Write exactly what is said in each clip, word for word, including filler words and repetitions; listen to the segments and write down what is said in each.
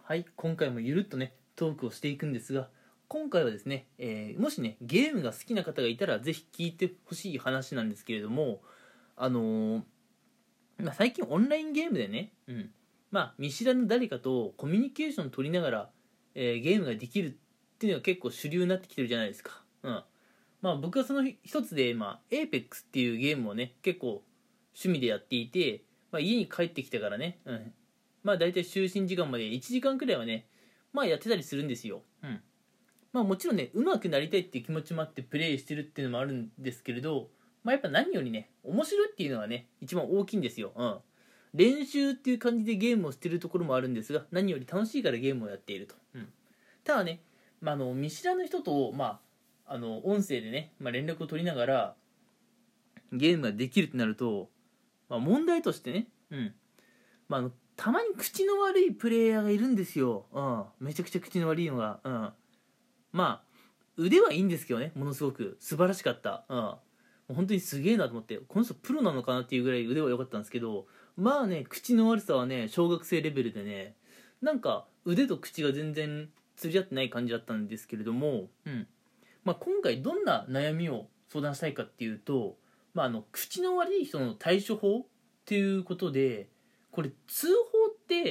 はい、今回もゆるっとねトークをしていくんですが、今回はですね、えーもしねゲームが好きな方がいたらぜひ聞いてほしい話なんですけれども、あのーまあ、最近オンラインゲームでね、うん、まあ見知らぬ誰かとコミュニケーションを取りながら、えーゲームができるっていうのが結構主流になってきてるじゃないですか。うん、まあ僕はその一つで、まあ、エーペックス っていうゲームをね結構趣味でやっていて、まあ、家に帰ってきてからね、うん、まあ大体就寝時間までいちじかんくらいはねまあやってたりするんですよ。うん、まあもちろんね上手くなりたいっていう気持ちもあってプレイしてるっていうのもあるんですけれど、まあやっぱ何よりね面白いっていうのがね一番大きいんですよ。うん、練習っていう感じでゲームをしてるところもあるんですが、何より楽しいからゲームをやっていると。うん、ただね、まあ、あの見知らぬ人と、まあ、あの音声でね、まあ、連絡を取りながらゲームができるってなると、まあ、問題としてね、うんまあ、あのたまに口の悪いプレイヤーがいるんですよ。うん、めちゃくちゃ口の悪いのが、うん、まあ腕はいいんですけどね、ものすごく素晴らしかった。うん、もう本当にすげえなと思って、この人プロなのかなっていうぐらい腕は良かったんですけど、まあね口の悪さはね小学生レベルでね、なんか腕と口が全然釣り合ってない感じだったんですけれども、うんまあ、今回どんな悩みを相談したいかっていうと、まあ、あの口の悪い人の対処法っていうことで、これ通報って、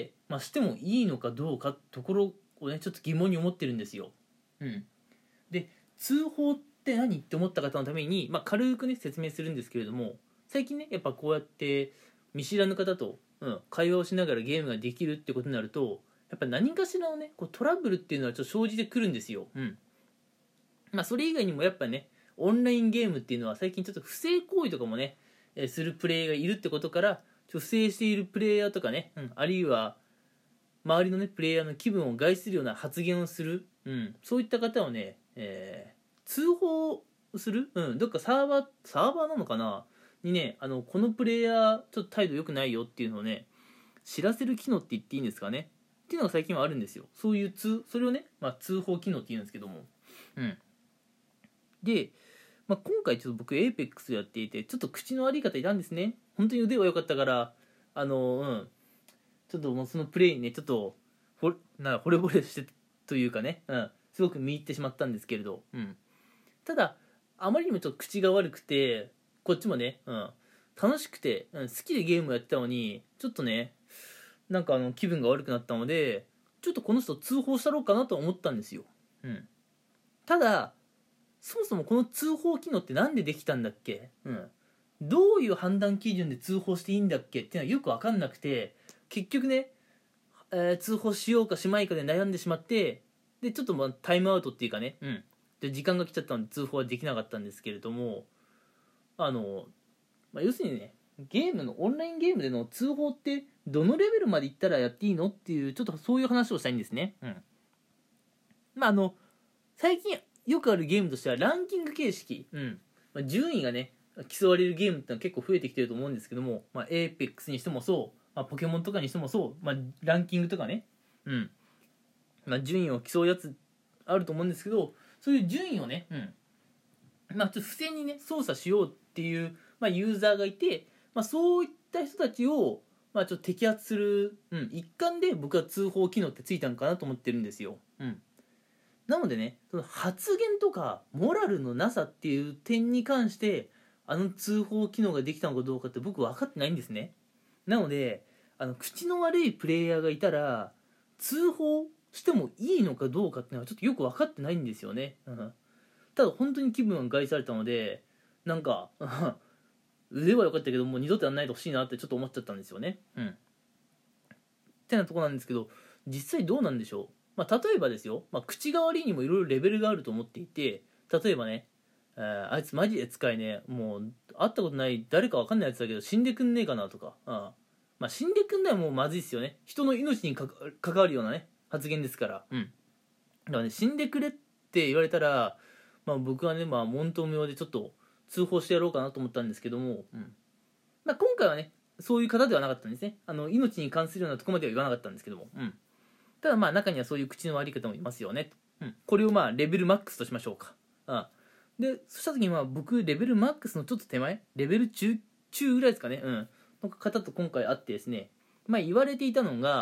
まあ、してもいいのかどうかところをねちょっと疑問に思ってるんですよ。うん、で通報って何って思った方のために、まあ、軽くね説明するんですけれども、最近ねやっぱこうやって見知らぬ方と、うん、会話をしながらゲームができるってことになると、やっぱ何かしらのねこうトラブルっていうのはちょっと生じてくるんですよ。うんまあ、それ以外にもやっぱねオンラインゲームっていうのは最近ちょっと不正行為とかもね、えーするプレイヤーがいるってことから、ちょっと不正しているプレイヤーとかね、うん、あるいは周りのねプレイヤーの気分を害するような発言をする、うん、そういった方をね、えー通報する、うん、どっかサーバーサーバーなのかなにね、あのこのプレイヤーちょっと態度良くないよっていうのをね知らせる機能って言っていいんですかねっていうのが最近はあるんですよ。そういう通それをね、まあ、通報機能って言うんですけども、うんで、まあ、今回ちょっと僕 エーペックス やっていてちょっと口の悪い方いたんですね。本当に腕は良かったから、あのうんちょっともうそのプレイにねちょっとほな惚れ惚れしてというかね、うん、すごく見入ってしまったんですけれど、うん、ただあまりにもちょっと口が悪くてこっちもね、うん、楽しくて、うん、好きでゲームをやってたのにちょっとねなんかあの気分が悪くなったので、ちょっとこの人通報したろうかなと思ったんですよ。うん、ただそもそもこの通報機能ってなんでできたんだっけ、うん、どういう判断基準で通報していいんだっけっていうのはよく分かんなくて、結局ね、えー通報しようかしまいかで悩んでしまって、でちょっとまあタイムアウトっていうかね、うん、で時間が来ちゃったので通報はできなかったんですけれども、あの、まあ、要するにねゲームのオンラインゲームでの通報ってどのレベルまでいったらやっていいのっていうちょっとそういう話をしたいんですね。うん、まああの最近よくあるゲームとしてはランキング形式、うんまあ、順位がね競われるゲームってのは結構増えてきてると思うんですけども、まあ、エーペックス にしてもそう、まあ、ポケモンとかにしてもそう、まあ、ランキングとかね、うんまあ、順位を競うやつあると思うんですけど、そういう順位をね、うんまあ、ちょっと不正にね操作しようっていう、まあ、ユーザーがいて、まあ、そういった人たちを、まあ、ちょっと摘発する、うん、一環で僕は通報機能ってついたのかなと思ってるんですよ。うんなのでね、その発言とかモラルのなさっていう点に関してあの通報機能ができたのかどうかって僕分かってないんですね。なのであの口の悪いプレイヤーがいたら通報してもいいのかどうかっていうのはちょっとよく分かってないんですよね。うん、ただ本当に気分が害されたので、なんか腕は良かったけどもう二度とやらないでほしいなってちょっと思っちゃったんですよね。うん。ってなとこなんですけど、実際どうなんでしょう。まあ、例えばですよ、まあ、口が悪いにもいろいろレベルがあると思っていて、例えばね、えーあいつマジで使いね、もう会ったことない誰か分かんないやつだけど死んでくんねえかなとか、あまあ、死んでくんないはもうまずいっすよね。人の命にかか関わるようなね発言ですから、うん、だからね死んでくれって言われたら、まあ、僕はね、まあ、門答無用でちょっと通報してやろうかなと思ったんですけども、うんまあ、今回はねそういう方ではなかったんですね。あの命に関するようなところまでは言わなかったんですけども、うん、ただまあ中にはそういう口の悪い方もいますよね、うん、これをまあレベルマックスとしましょうか。あでそした時にまあ僕レベルマックスのちょっと手前レベル中中ぐらいですかね、うん、の方と今回会ってですね、まあ、言われていたのが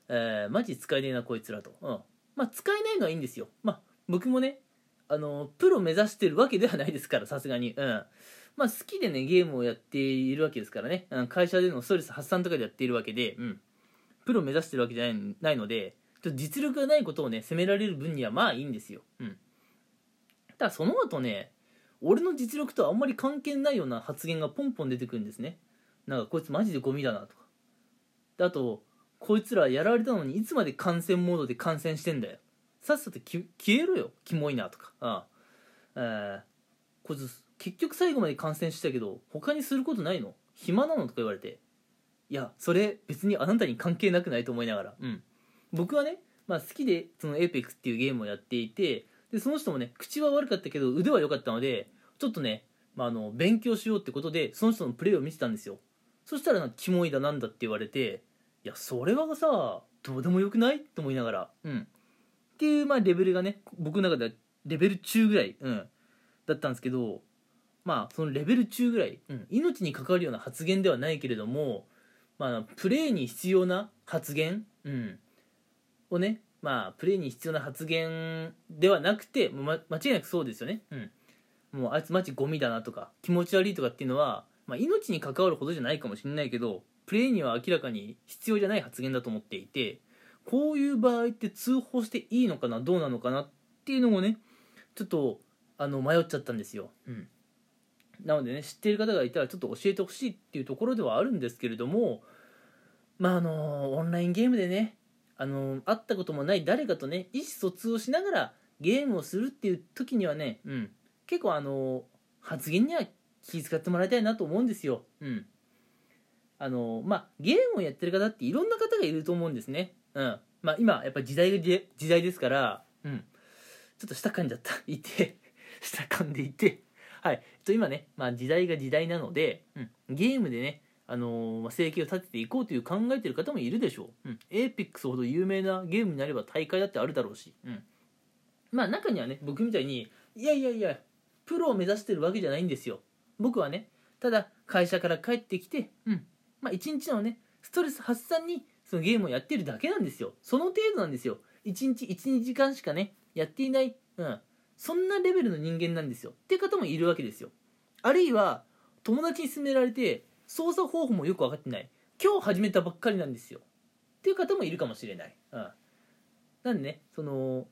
えー、マジ使えねえなこいつらと、うん、まあ使えないのはいいんですよ。まあ僕もねあのプロ目指してるわけではないですから、さすがに、うん、まあ好きでねゲームをやっているわけですからね、うん、会社でのストレス発散とかでやっているわけで、うん、プロ目指してるわけじゃないないので、ちょっと実力がないことをね責められる分にはまあいいんですよ。うん、ただその後ね、俺の実力とはあんまり関係ないような発言がポンポン出てくるんですね。なんかこいつマジでゴミだなとか、であとこいつらやられたのにいつまで感染モードで感染してんだよ、さっさと消えろよキモいなとか、ああ、えー、こいつ結局最後まで感染したけど他にすることないの暇なのとか言われて、いやそれ別にあなたに関係なくないと思いながら、うん、僕はね、まあ、好きでその エーペックス っていうゲームをやっていて、でその人もね口は悪かったけど腕は良かったので、ちょっとね、まあ、あの勉強しようってことでその人のプレーを見てたんですよ。そしたらなんかキモいだなんだって言われて、いやそれはさどうでもよくないと思いながら、うんっていう、まあ、レベルがね僕の中ではレベル中ぐらい、うん、だったんですけど、まあそのレベル中ぐらい、うん、命に関わるような発言ではないけれども、まあ、プレーに必要な発言、うん、をね、まあプレーに必要な発言ではなくて、もう、ま、間違いなくそうですよね、うん、もうあいつマジゴミだなとか気持ち悪いとかっていうのは、まあ、命に関わるほどじゃないかもしれないけどプレーには明らかに必要じゃない発言だと思っていて、こういう場合って通報していいのかなどうなのかなっていうのもねちょっとあの迷っちゃったんですよ、うん、なのでね知っている方がいたらちょっと教えてほしいっていうところではあるんですけれども、まああのオンラインゲームでねあの会ったこともない誰かとね意思疎通をしながらゲームをするっていう時にはね、うん、結構あの発言には気遣ってもらいたいなと思うんですよ。うんあのまあゲームをやってる方っていろんな方がいると思うんですね。うんまあ今やっぱ時代が時代ですから、うんちょっと舌噛んじゃったいて舌噛んでいてはい、えっと、今ね、まあ、時代が時代なので、うん、ゲームでね、あのーまあ、生計を立てていこうという考えている方もいるでしょう、うん、エーペックス ほど有名なゲームになれば大会だってあるだろうし、うん、まあ中にはね僕みたいにいやいやいやプロを目指してるわけじゃないんですよ。僕はねただ会社から帰ってきて、うんまあ、一日のねストレス発散にそのゲームをやってるだけなんですよ。その程度なんですよ。いちにちいち、にじかんしかねやっていない、うん、そんなレベルの人間なんですよっていう方もいるわけですよ。あるいは友達に勧められて操作方法もよく分かってない、今日始めたばっかりなんですよっていう方もいるかもしれない、うん、なんでねその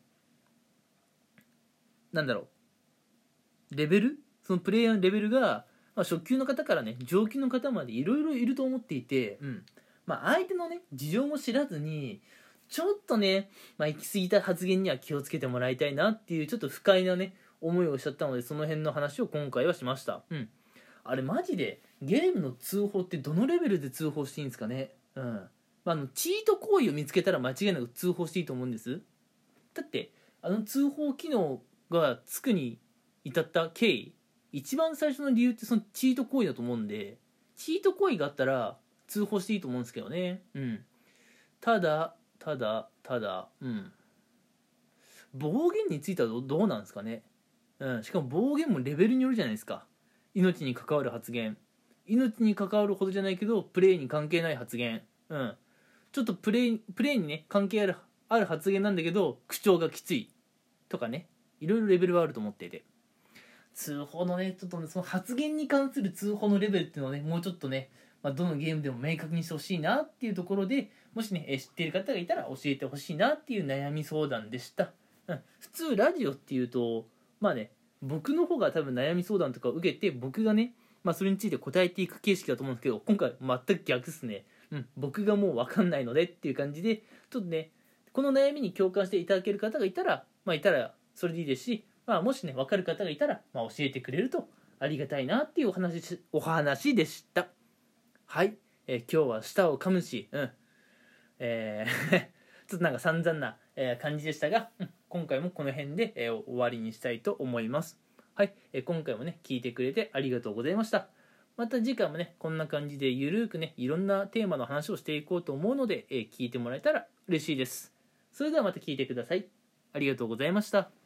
なんだろうレベルそのプレイヤーのレベルが、まあ、初級の方からね上級の方までいろいろいると思っていて、うんまあ、相手のね事情も知らずにちょっとね、まあ、行き過ぎた発言には気をつけてもらいたいなっていうちょっと不快なね思いをしちゃったので、その辺の話を今回はしました。うんあれマジでゲームの通報ってどのレベルで通報していいんですかね。うんまあ、あのチート行為を見つけたら間違いなく通報していいと思うんです。だってあの通報機能がつくに至った経緯、一番最初の理由ってそのチート行為だと思うんで、チート行為があったら通報していいと思うんですけどね。うんただただただうん暴言についてはどどうなんですかね。うん、しかも暴言もレベルによるじゃないですか。命に関わる発言、命に関わるほどじゃないけどプレイに関係ない発言、うん、ちょっとプレイプレイにね関係あるある発言なんだけど口調がきついとかね、いろいろレベルはあると思っていて、通報のねちょっとねその発言に関する通報のレベルっていうのをねもうちょっとね、まあ、どのゲームでも明確にしてほしいなっていうところで、もしね知っている方がいたら教えてほしいなっていう悩み相談でした。うん、普通ラジオっていうとまあね僕の方が多分悩み相談とかを受けて僕がね、まあ、それについて答えていく形式だと思うんですけど、今回全く逆ですね、うん、僕がもう分かんないのでっていう感じで、ちょっとねこの悩みに共感していただける方がいたらまあいたらそれでいいですし、まあ、もしね分かる方がいたら、まあ、教えてくれるとありがたいなっていうお話お話でした。はい、えー、今日は舌を噛むし、うんえーちょっとなんか散々な、えー感じでしたが、うん、今回もこの辺で、えー終わりにしたいと思います。はい、えー今回もね聞いてくれてありがとうございました。また次回もねこんな感じでゆるーくねいろんなテーマの話をしていこうと思うので、えー聞いてもらえたら嬉しいです。それではまた聞いてください。ありがとうございました。